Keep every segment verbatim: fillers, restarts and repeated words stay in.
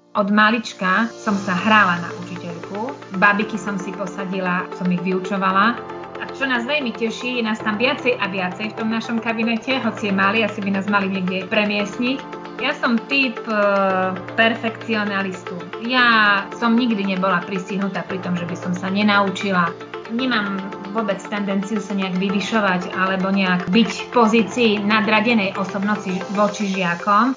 Od malička som sa hrála na učiteľku, babiky som si posadila, som ich vyučovala. A čo nás veľmi teší, je nás tam viacej a viacej v tom našom kabinete, hoci je malý, asi by nás mali niekde premiestniť. Ja som typ e, perfekcionalistu. Ja som nikdy nebola pristihnutá pri tom, že by som sa nenaučila. Nemám vôbec tendenciu sa nejak vyvyšovať alebo nejak byť v pozícii nadradenej osobnosti voči žiakom.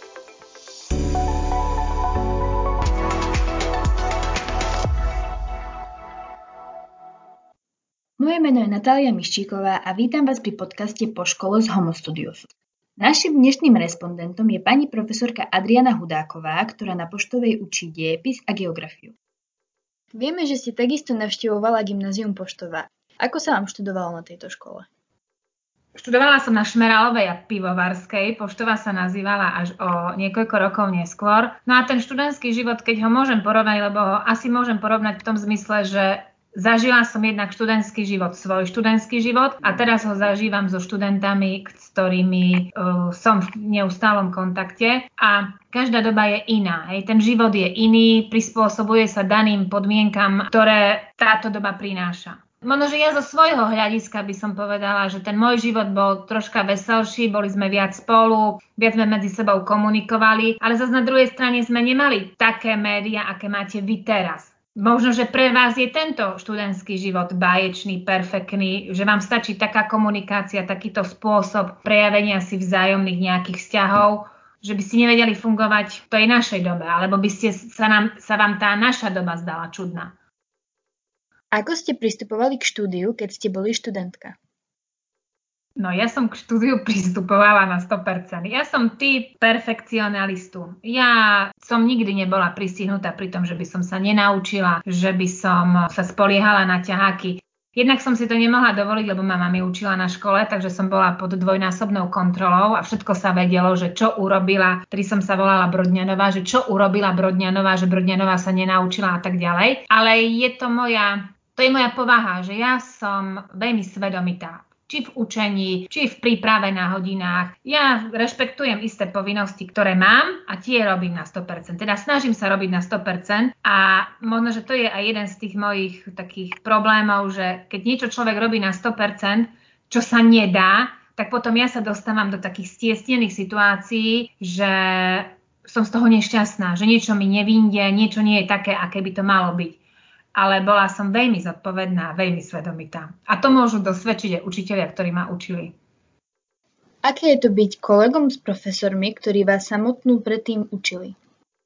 Moje meno je Natália Miščíková a vítam vás pri podcaste Po škole z Homo Studios. Naším dnešným respondentom je pani profesorka Adriana Hudáková, ktorá na Poštovej učí dejepis a geografiu. Vieme, že ste takisto navštevovala gymnázium Poštová. Ako sa vám študovalo na tejto škole? Študovala som na Šmerálovej a Pivovarskej, Poštová sa nazývala až o niekoľko rokov neskôr. No a ten študentský život, keď ho môžem porovnať, lebo ho asi môžem porovnať v tom zmysle, že zažila som jednak študentský život, svoj študentský život a teraz ho zažívam so študentami, s ktorými uh, som v neustálom kontakte a každá doba je iná. Hej. Ten život je iný, prispôsobuje sa daným podmienkam, ktoré táto doba prináša. Možno, že ja zo svojho hľadiska by som povedala, že ten môj život bol troška veselší, boli sme viac spolu, viac sme medzi sebou komunikovali, ale zase na druhej strane sme nemali také médiá, aké máte vy teraz. Možno, že pre vás je tento študentský život báječný, perfektný, že vám stačí taká komunikácia, takýto spôsob prejavenia si vzájomných nejakých vzťahov, že by ste nevedeli fungovať v tej našej dobe, alebo by ste sa, nám, sa vám tá naša doba zdala čudná. Ako ste pristupovali k štúdiu, keď ste boli študentka? No ja som k štúdiu pristupovala na sto percent. Ja som typ perfekcionalistu. Ja som nikdy nebola pristihnutá pri tom, že by som sa nenaučila, že by som sa spoliehala na ťaháky. Jednak som si to nemohla dovoliť, lebo mama mi učila na škole, takže som bola pod dvojnásobnou kontrolou a všetko sa vedelo, že čo urobila, ktorý som sa volala Brodňanová, že čo urobila Brodňanová, že Brodňanová sa nenaučila a tak ďalej. Ale je to moja, to je moja povaha, že ja som veľmi svedomitá. Či v učení, či v príprave na hodinách. Ja rešpektujem isté povinnosti, ktoré mám a tie robím na sto percent. Teda snažím sa robiť na sto percent a možno, že to je aj jeden z tých mojich takých problémov, že keď niečo človek robí na sto percent, čo sa nedá, tak potom ja sa dostávam do takých stiesnených situácií, že som z toho nešťastná, že niečo mi nevínde, niečo nie je také, aké by to malo byť. Ale bola som veľmi zodpovedná, veľmi svedomitá. A to môžu dosvedčiť aj učitelia, ktorí ma učili. Aké je to byť kolegom s profesormi, ktorí vás samotnú predtým učili?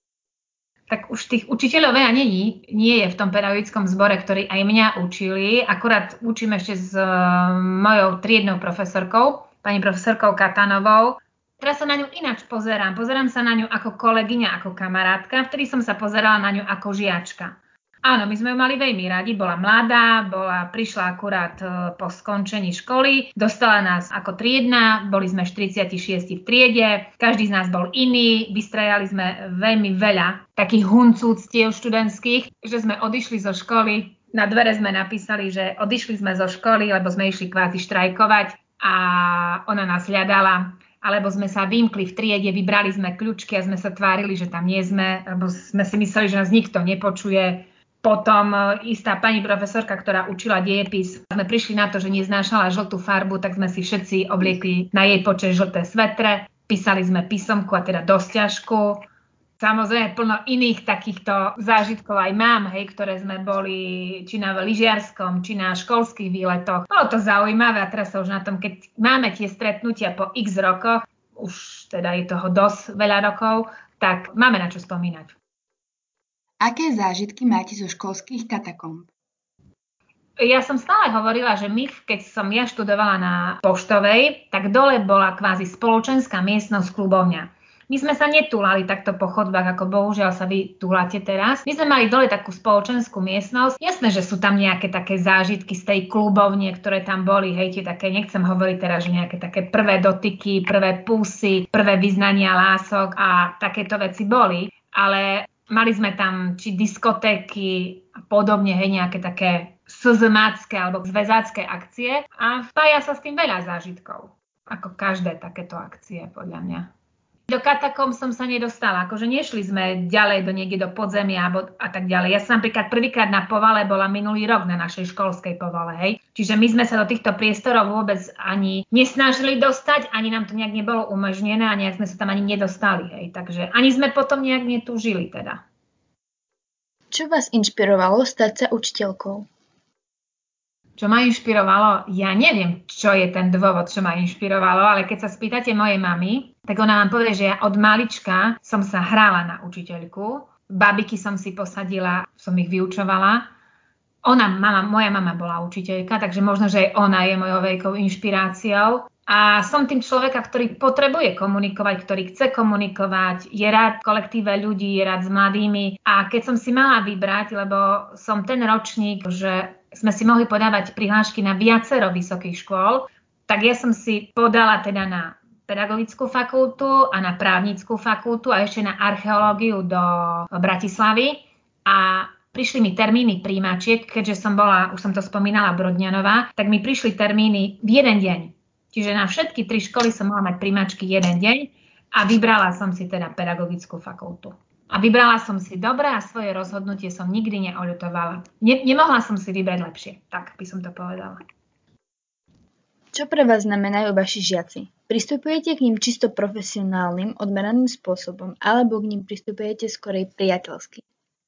Tak už tých učiteľov veľa není. Nie je v tom pedagogickom zbore, ktorí aj mňa učili. Akurát učím ešte s mojou triednou profesorkou, pani profesorkou Katanovou. Teraz sa na ňu ináč pozerám. Pozerám sa na ňu ako kolegyňa, ako kamarátka. Vtedy som sa pozerala na ňu ako žiačka. Áno, my sme ju mali veľmi radi, bola mladá, bola, prišla akurát po skončení školy, dostala nás ako triedna, boli sme štyridsiati šiesti v triede, každý z nás bol iný, vystrajali sme veľmi veľa takých huncúctiev študentských, že sme odišli zo školy, na dvere sme napísali, že odišli sme zo školy, lebo sme išli kvázi štrajkovať a ona nás hľadala. Alebo sme sa vymkli v triede, vybrali sme kľúčky a sme sa tvárili, že tam nie sme, lebo sme si mysleli, že nás nikto nepočuje. Potom istá pani profesorka, ktorá učila dejepis, sme prišli na to, že neznášala žltú farbu, tak sme si všetci obliekli na jej počesť žlté svetre, písali sme písomku a teda dosť ťažkú. Samozrejme plno iných takýchto zážitkov aj mám, hej, ktoré sme boli či na lyžiarskom, či na školských výletoch. Bolo to zaujímavé a teraz sa už na tom, keď máme tie stretnutia po x rokoch, už teda je toho dosť veľa rokov, tak máme na čo spomínať. Aké zážitky máte zo školských katakomb? Ja som stále hovorila, že my, keď som ja študovala na Poštovej, tak dole bola kvázi spoločenská miestnosť klubovňa. My sme sa netúlali takto po chodbách, ako bohužiaľ sa vy túlate teraz. My sme mali dole takú spoločenskú miestnosť. Jasné, že sú tam nejaké také zážitky z tej klubovne, ktoré tam boli. Hej, tie také, nechcem hovoriť teraz, že nejaké také prvé dotyky, prvé pusy, prvé vyznania lások a takéto veci boli. Ale mali sme tam či diskotéky a podobne, hej, nejaké také szomácké alebo zväzácké akcie a spája sa s tým veľa zážitkov. Ako každé takéto akcie, podľa mňa. Do katakom som sa nedostala, akože nešli sme ďalej do niekde do podzemia alebo a tak ďalej. Ja som napríklad prvýkrát na povale bola minulý rok na našej školskej povale, hej. Čiže my sme sa do týchto priestorov vôbec ani nesnažili dostať, ani nám to nejak nebolo umožnené a nejak sme sa tam ani nedostali, hej. Takže ani sme potom nejak netúžili teda. Čo vás inšpirovalo stať sa učiteľkou? Čo ma inšpirovalo? Ja neviem, čo je ten dôvod, čo ma inšpirovalo, ale keď sa spýtate mojej mamy, tak ona vám povie, že ja od malička som sa hrala na učiteľku. Babiky som si posadila, som ich vyučovala. Ona, mama, moja mama bola učiteľka, takže možno, že aj ona je mojou veľkou inšpiráciou. A som tým človeka, ktorý potrebuje komunikovať, ktorý chce komunikovať, je rád v kolektíve ľudí, je rád s mladými. A keď som si mala vybrať, lebo som ten ročník, že sme si mohli podávať prihlášky na viacero vysokých škôl, tak ja som si podala teda na pedagogickú fakultu a na právnickú fakultu a ešte na archeológiu do Bratislavy. A prišli mi termíny príjmačiek, keďže som bola, už som to spomínala, Brodňanová, tak mi prišli termíny v jeden deň. Čiže na všetky tri školy som mala mať príjmačky jeden deň a vybrala som si teda pedagogickú fakultu. A vybrala som si dobre a svoje rozhodnutie som nikdy neoľutovala. Ne- nemohla som si vybrať lepšie, tak by som to povedala. Čo pre vás znamenajú vaši žiaci? Pristupujete k ním čisto profesionálnym, odmeraným spôsobom, alebo k ním pristupujete skorej priateľsky?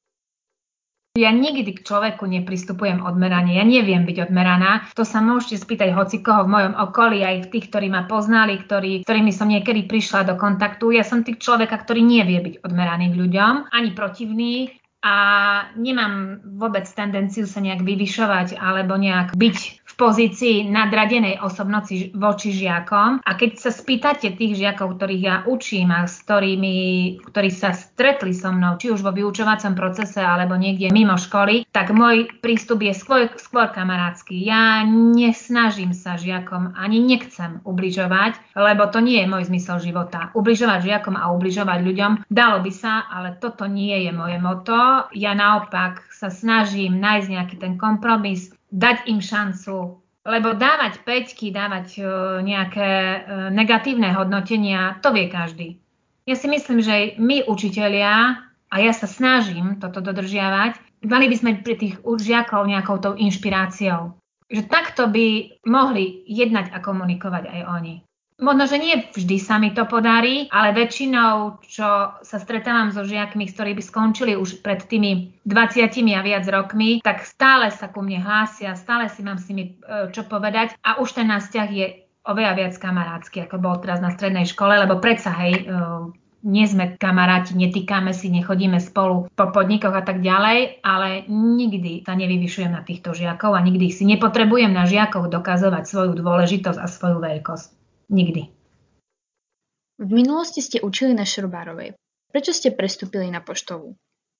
Ja nikdy k človeku nepristupujem odmerane. Ja neviem byť odmeraná. To sa môžete spýtať hocikoho v mojom okolí, aj v tých, ktorí ma poznali, ktorí, ktorými som niekedy prišla do kontaktu. Ja som typ človeka, ktorý nevie byť odmeraný k ľuďom, ani protivný. A nemám vôbec tendenciu sa nejak vyvyšovať alebo nejak byť v pozícii nadradenej osobnosti voči žiakom. A keď sa spýtate tých žiakov, ktorých ja učím a s ktorými, ktorí sa stretli so mnou, či už vo vyučovacom procese alebo niekde mimo školy, tak môj prístup je skôr, skôr kamarátsky. Ja nesnažím sa žiakom, ani nechcem ubližovať, lebo to nie je môj zmysel života. Ubližovať žiakom a ubližovať ľuďom dalo by sa, ale toto nie je moje motto. Ja naopak sa snažím nájsť nejaký ten kompromis, dať im šancu, lebo dávať päťky, dávať nejaké negatívne hodnotenia, to vie každý. Ja si myslím, že my učitelia, a ja sa snažím toto dodržiavať, mali by sme pri tých žiakov nejakou tou inšpiráciou. Že takto by mohli jednať a komunikovať aj oni. Možno, že nie vždy sa mi to podarí, ale väčšinou, čo sa stretávam so žiakmi, ktorí by skončili už pred tými dvadsiatimi a viac rokmi, tak stále sa ku mne hlásia, stále si mám s nimi čo povedať a už ten náš vzťah je oveľa viac kamarátsky, ako bol teraz na strednej škole, lebo predsa, hej, nie sme kamaráti, netýkame si, nechodíme spolu po podnikoch a tak ďalej, ale nikdy sa nevyvyšujem na týchto žiakov a nikdy si nepotrebujem na žiakoch dokazovať svoju dôležitosť a svoju veľkosť. Nikdy. V minulosti ste učili na Šrobárovej. Prečo ste prestúpili na Poštovú?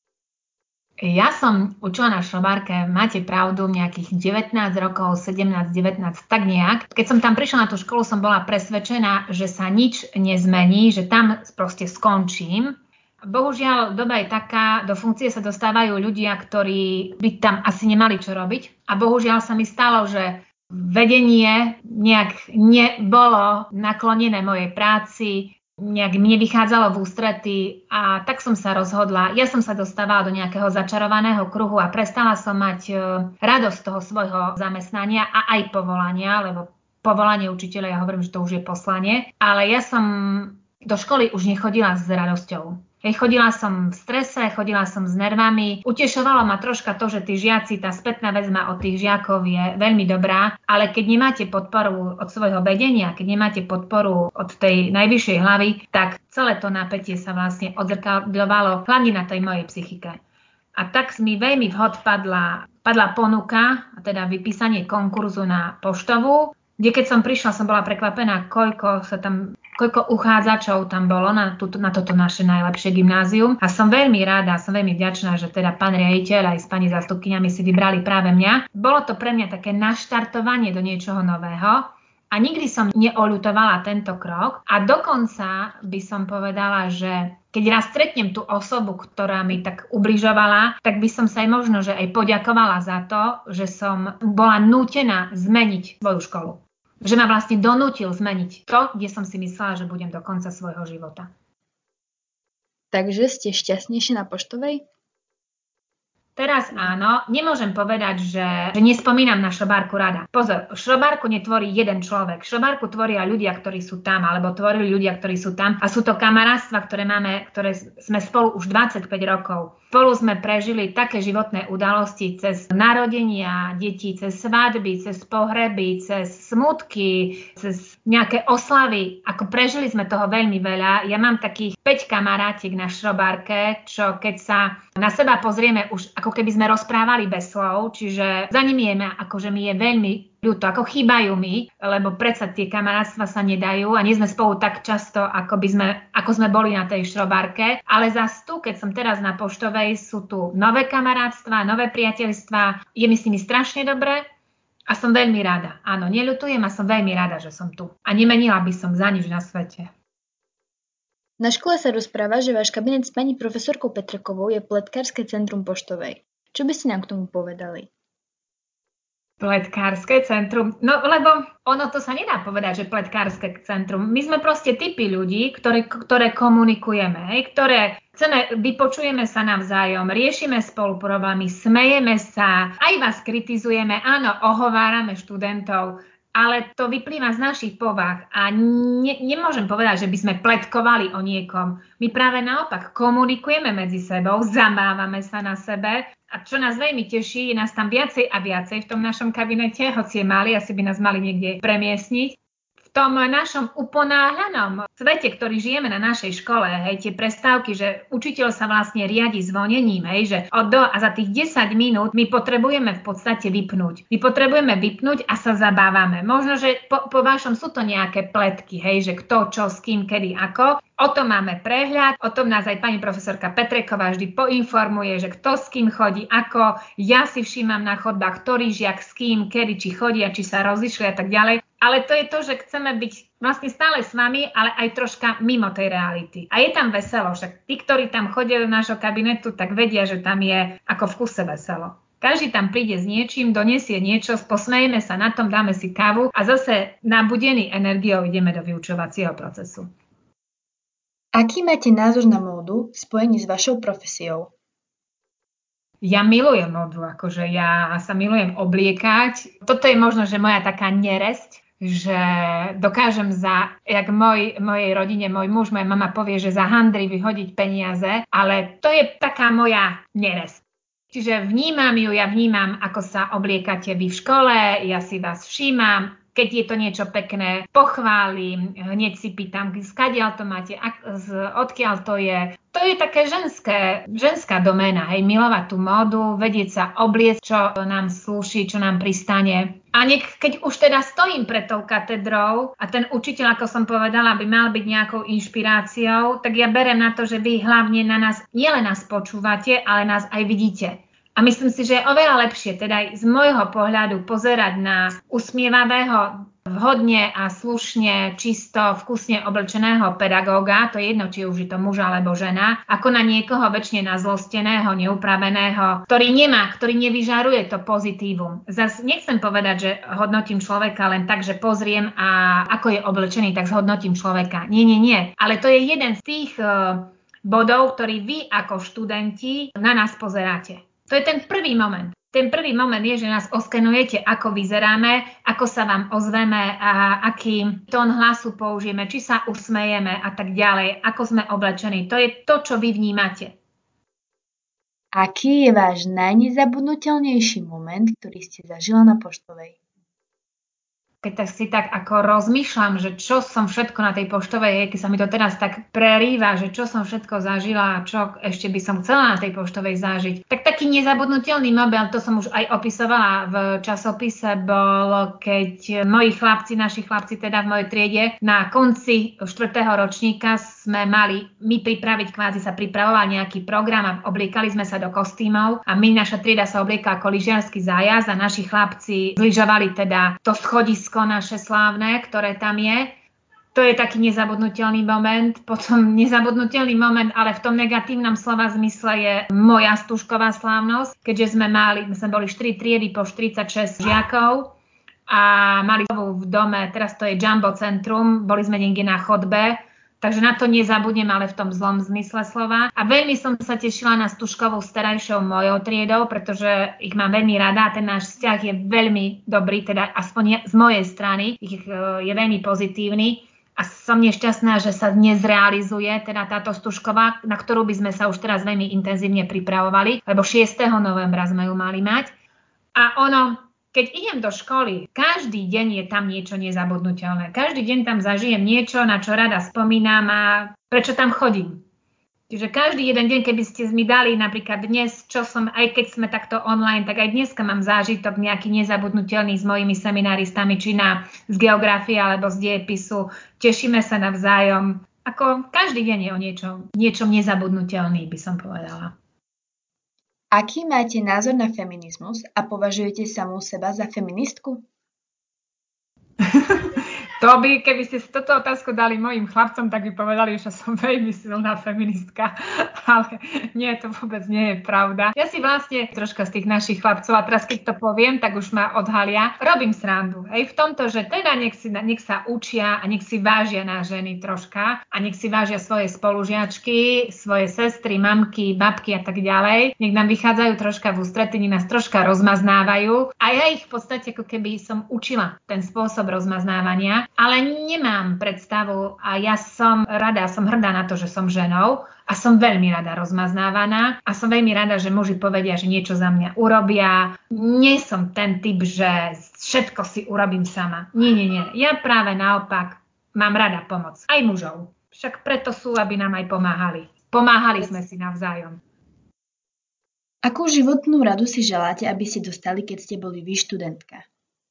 Ja som učila na Šrobárke, máte pravdu, nejakých devätnásť rokov, sedemnásť devätnásť, tak nejak. Keď som tam prišla na tú školu, som bola presvedčená, že sa nič nezmení, že tam proste skončím. Bohužiaľ, doba je taká, do funkcie sa dostávajú ľudia, ktorí by tam asi nemali čo robiť. A bohužiaľ sa mi stalo, že vedenie nejak nebolo naklonené mojej práci, nejak mne vychádzalo v ústrety a tak som sa rozhodla. Ja som sa dostávala do nejakého začarovaného kruhu a prestala som mať radosť toho svojho zamestnania a aj povolania, lebo povolanie učiteľa, ja hovorím, že to už je poslanie, ale ja som do školy už nechodila s radosťou. Hej, chodila som v strese, chodila som s nervami. Utešovalo ma troška to, že tí žiaci, tá spätná väzba od tých žiakov je veľmi dobrá, ale keď nemáte podporu od svojho vedenia, keď nemáte podporu od tej najvyššej hlavy, tak celé to napätie sa vlastne odzrkadľovalo hlavne na tej mojej psychike. A tak mi veľmi vhod padla, padla ponuka, teda vypísanie konkurzu na Poštovú, kde keď som prišla, som bola prekvapená, koľko sa tam, koľko uchádzačov tam bolo na, túto, na toto naše najlepšie gymnázium. A som veľmi rada, som veľmi vďačná, že teda pán riaditeľ aj s pani zástupkyňami si vybrali práve mňa. Bolo to pre mňa také naštartovanie do niečoho nového. A nikdy som neoľutovala tento krok. A dokonca by som povedala, že keď raz stretnem tú osobu, ktorá mi tak ubližovala, tak by som sa aj možno, že aj poďakovala za to, že som bola nútená zmeniť svoju školu. Že ma vlastne donútil zmeniť to, kde som si myslela, že budem do konca svojho života. Takže ste šťastnejšie na Poštovej? Teraz áno, nemôžem povedať, že, že nespomínam na šrobárku rada. Pozor, šrobárku netvorí jeden človek. Šrobárku tvoria ľudia, ktorí sú tam, alebo tvorili ľudia, ktorí sú tam. A sú to kamarátstva, ktoré máme, ktoré sme spolu už dvadsaťpäť rokov. Spolu sme prežili také životné udalosti cez narodenia detí, cez svadby, cez pohreby, cez smutky, cez nejaké oslavy. Ako prežili sme toho veľmi veľa. Ja mám takých päť kamarátiek na šrobárke, čo keď sa na seba pozrieme už ako keby sme rozprávali bez slov, čiže za nimi je, akože mi je veľmi ľúto, ako chýbajú mi, lebo predsa tie kamarátstva sa nedajú a nie sme spolu tak často, ako, by sme, ako sme boli na tej šrobárke. Ale zas tu, keď som teraz na Poštovej, sú tu nové kamarátstva, nové priateľstvá. Je mi s nimi strašne dobre a som veľmi rada. Áno, neľutujem a som veľmi rada, že som tu. A nemenila by som za nič na svete. Na škole sa rozpráva, že váš kabinet s pani profesorkou Petrkovou je pletkárske centrum Poštovej. Čo by ste nám k tomu povedali? Pletkárske centrum? No lebo ono to sa nedá povedať, že pletkárske centrum. My sme proste typy ľudí, ktoré, ktoré komunikujeme, ktoré chceme, vypočujeme sa navzájom, riešime spolu problémy, smejeme sa, aj vás kritizujeme, áno, ohovárame študentov, ale to vyplýva z našich povah a ne, nemôžem povedať, že by sme pletkovali o niekom. My práve naopak komunikujeme medzi sebou, zamávame sa na sebe. A čo nás veľmi teší, je nás tam viacej a viacej v tom našom kabinete, hoci je malý, asi by nás mali niekde premiestniť. V tom našom uponáhľanom svete, ktorý žijeme na našej škole, hej, tie prestávky, že učiteľ sa vlastne riadi zvonením, hej, že od do a za tých desať minút my potrebujeme v podstate vypnúť. My potrebujeme vypnúť a sa zabávame. Možno, že po, po vašom sú to nejaké pletky, hej, že kto, čo, s kým, kedy, ako. O tom máme prehľad, o tom nás aj pani profesorka Petreková vždy poinformuje, že kto s kým chodí, ako. Ja si všímam na chodbách, ktorý žiak s kým, kedy, či chodia, či sa rozišli a tak ďalej. Ale to je to, že chceme byť vlastne stále s vami, ale aj troška mimo tej reality. A je tam veselo, však tí, ktorí tam chodia do nášho kabinetu, tak vedia, že tam je ako v kuse veselo. Každý tam príde s niečím, donesie niečo, posmejeme sa na tom, dáme si kávu a zase nabudený energiou ideme do vyučovacieho procesu. Aký máte názor na módu spojený s vašou profesiou? Ja milujem módu, akože ja sa milujem obliekať. Toto je možno, že moja taká neresť, že dokážem za, jak moj, mojej rodine, môj muž, moja mama povie, že za handry vyhodiť peniaze, ale to je taká moja neresť. Čiže vnímam ju, ja vnímam, ako sa obliekate vy v škole, ja si vás všímam. Keď je to niečo pekné, pochválim, hneď si pýtam, skadiaľ to máte, odkiaľ to je. To je také ženské, ženská doména, hej, milovať tú módu, vedieť sa obliecť, čo nám slúši, čo nám pristane. A niek, keď už teda stojím pred tou katedrou a ten učiteľ, ako som povedala, by mal byť nejakou inšpiráciou, tak ja berem na to, že vy hlavne na nás, nielen nás počúvate, ale nás aj vidíte. A myslím si, že je oveľa lepšie, teda aj z môjho pohľadu, pozerať na usmievavého, vhodne a slušne, čisto, vkusne oblečeného pedagóga, to je jedno, či už je to muž alebo žena, ako na niekoho väčšine nazlosteného, neupraveného, ktorý nemá, ktorý nevyžaruje to pozitívum. Zas nechcem povedať, že hodnotím človeka len tak, že pozriem a ako je oblečený, tak zhodnotím človeka. Nie, nie, nie. Ale to je jeden z tých uh, bodov, ktorý vy ako študenti na nás pozeráte. To je ten prvý moment. Ten prvý moment je, že nás oskenujete, ako vyzeráme, ako sa vám ozveme, a aký tón hlasu použijeme, či sa usmejeme a tak ďalej, ako sme oblečení. To je to, čo vy vnímate. Aký je váš najnezabudnutelnejší moment, ktorý ste zažila na Poštovej? Keď tak si tak ako rozmýšľam, že čo som všetko na tej Poštovej, keď sa mi to teraz tak prerýva, že čo som všetko zažila a čo ešte by som chcela na tej Poštovej zažiť. Tak taký nezabudnutelný mobil, to som už aj opisovala v časopise, bol, keď moji chlapci, naši chlapci teda v mojej triede, na konci štvrtého ročníka sme mali my pripraviť, kvázi sa pripravoval nejaký program a obliekali sme sa do kostýmov a my, naša trieda sa obliekala ako lyžiarsky zájazd a naši chlapci zlyžovali teda to schodisko naše slávne, ktoré tam je. To je taký nezabudnutelný moment. Potom nezabudnutelný moment, ale v tom negatívnom slova zmysle je moja Stužková slávnosť, keďže sme mali, my sme boli štyri triedy po štyridsaťšesť žiakov a mali v dome, teraz to je Jumbo centrum, boli sme niekde na chodbe, Takže na to nezabudnem, ale v tom zlom zmysle slova. A veľmi som sa tešila na Stužkovú s terajšou mojou triedou, pretože ich mám veľmi rada a ten náš vzťah je veľmi dobrý, teda aspoň z mojej strany ich je veľmi pozitívny. A som nešťastná, že sa dnes realizuje teda táto Stužková, na ktorú by sme sa už teraz veľmi intenzívne pripravovali, lebo šiesteho novembra sme ju mali mať. A ono... Keď idem do školy, každý deň je tam niečo nezabudnuteľné. Každý deň tam zažijem niečo, na čo rada spomínam a prečo tam chodím. Čiže každý jeden deň, keby ste mi dali napríklad dnes, čo som, aj keď sme takto online, tak aj dneska mám zážitok nejaký nezabudnutelný s mojimi seminaristami, či na z geografie alebo z dejepisu. Tešíme sa navzájom. Ako každý deň je o niečom, niečom nezabudnutelný, by som povedala. Aký máte názor na feminizmus a považujete samú seba za feministku? To by, keby ste si toto otázku dali mojim chlapcom, tak by povedali, že som veľmi silná feministka, ale nie, to vôbec nie je pravda. Ja si vlastne troška z tých našich chlapcov, a teraz keď to poviem, tak už ma odhalia, robím srandu. Hej, v tomto, že teda nech, si, nech sa učia a nech si vážia na ženy troška a nech si vážia svoje spolužiačky, svoje sestry, mamky, babky a tak ďalej. Nech nám vychádzajú troška v ústrety, nás troška rozmaznávajú a ja ich v podstate ako keby som učila ten spôsob rozmaznávania. Ale nemám predstavu a ja som rada, som hrdá na to, že som ženou a som veľmi rada rozmaznávaná a som veľmi rada, že muži povedia, že niečo za mňa urobia. Nie som ten typ, že všetko si urobím sama. Nie, nie, nie. Ja práve naopak mám rada pomoc. Aj mužov. Však preto sú, aby nám aj pomáhali. Pomáhali sme si navzájom. Akú životnú radu si želáte, aby ste dostali, keď ste boli vy študentka?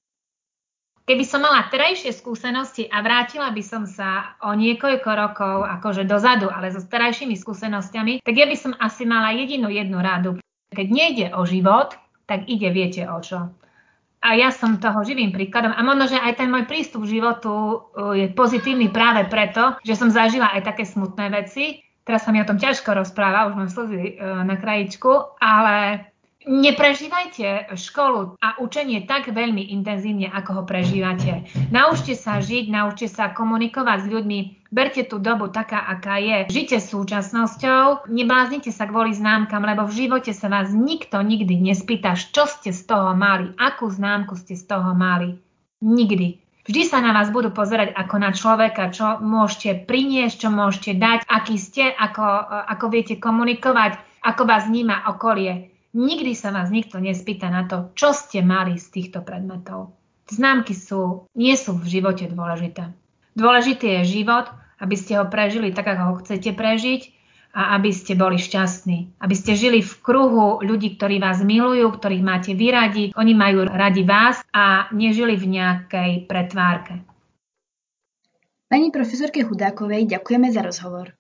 Keby som mala terajšie skúsenosti a vrátila by som sa o niekoľko rokov akože dozadu, ale so terajšími skúsenosťami, tak ja by som asi mala jedinú jednu radu. Keď nejde o život, tak ide viete o čo. A ja som toho živým príkladom a možno, že aj ten môj prístup k životu je pozitívny práve preto, že som zažila aj také smutné veci. Teraz sa mi o tom ťažko rozpráva, už mám slzy na krajičku, ale... Neprežívajte školu a učenie tak veľmi intenzívne, ako ho prežívate. Naučte sa žiť, naučte sa komunikovať s ľuďmi, berte tú dobu taká, aká je. Žite súčasnosťou, nebláznite sa kvôli známkam, lebo v živote sa vás nikto nikdy nespýta, čo ste z toho mali, akú známku ste z toho mali. Nikdy. Vždy sa na vás budú pozerať ako na človeka, čo môžete priniesť, čo môžete dať, aký ste, ako, ako viete komunikovať, ako vás vníma okolie. Nikdy sa vás nikto nespýta na to, čo ste mali z týchto predmetov. Známky sú, nie sú v živote dôležité. Dôležitý je život, aby ste ho prežili tak, ako ho chcete prežiť a aby ste boli šťastní. Aby ste žili v kruhu ľudí, ktorí vás milujú, ktorých máte vyradi, oni majú radi vás a nežili v nejakej pretvárke. Pani profesorke Hudákovej ďakujeme za rozhovor.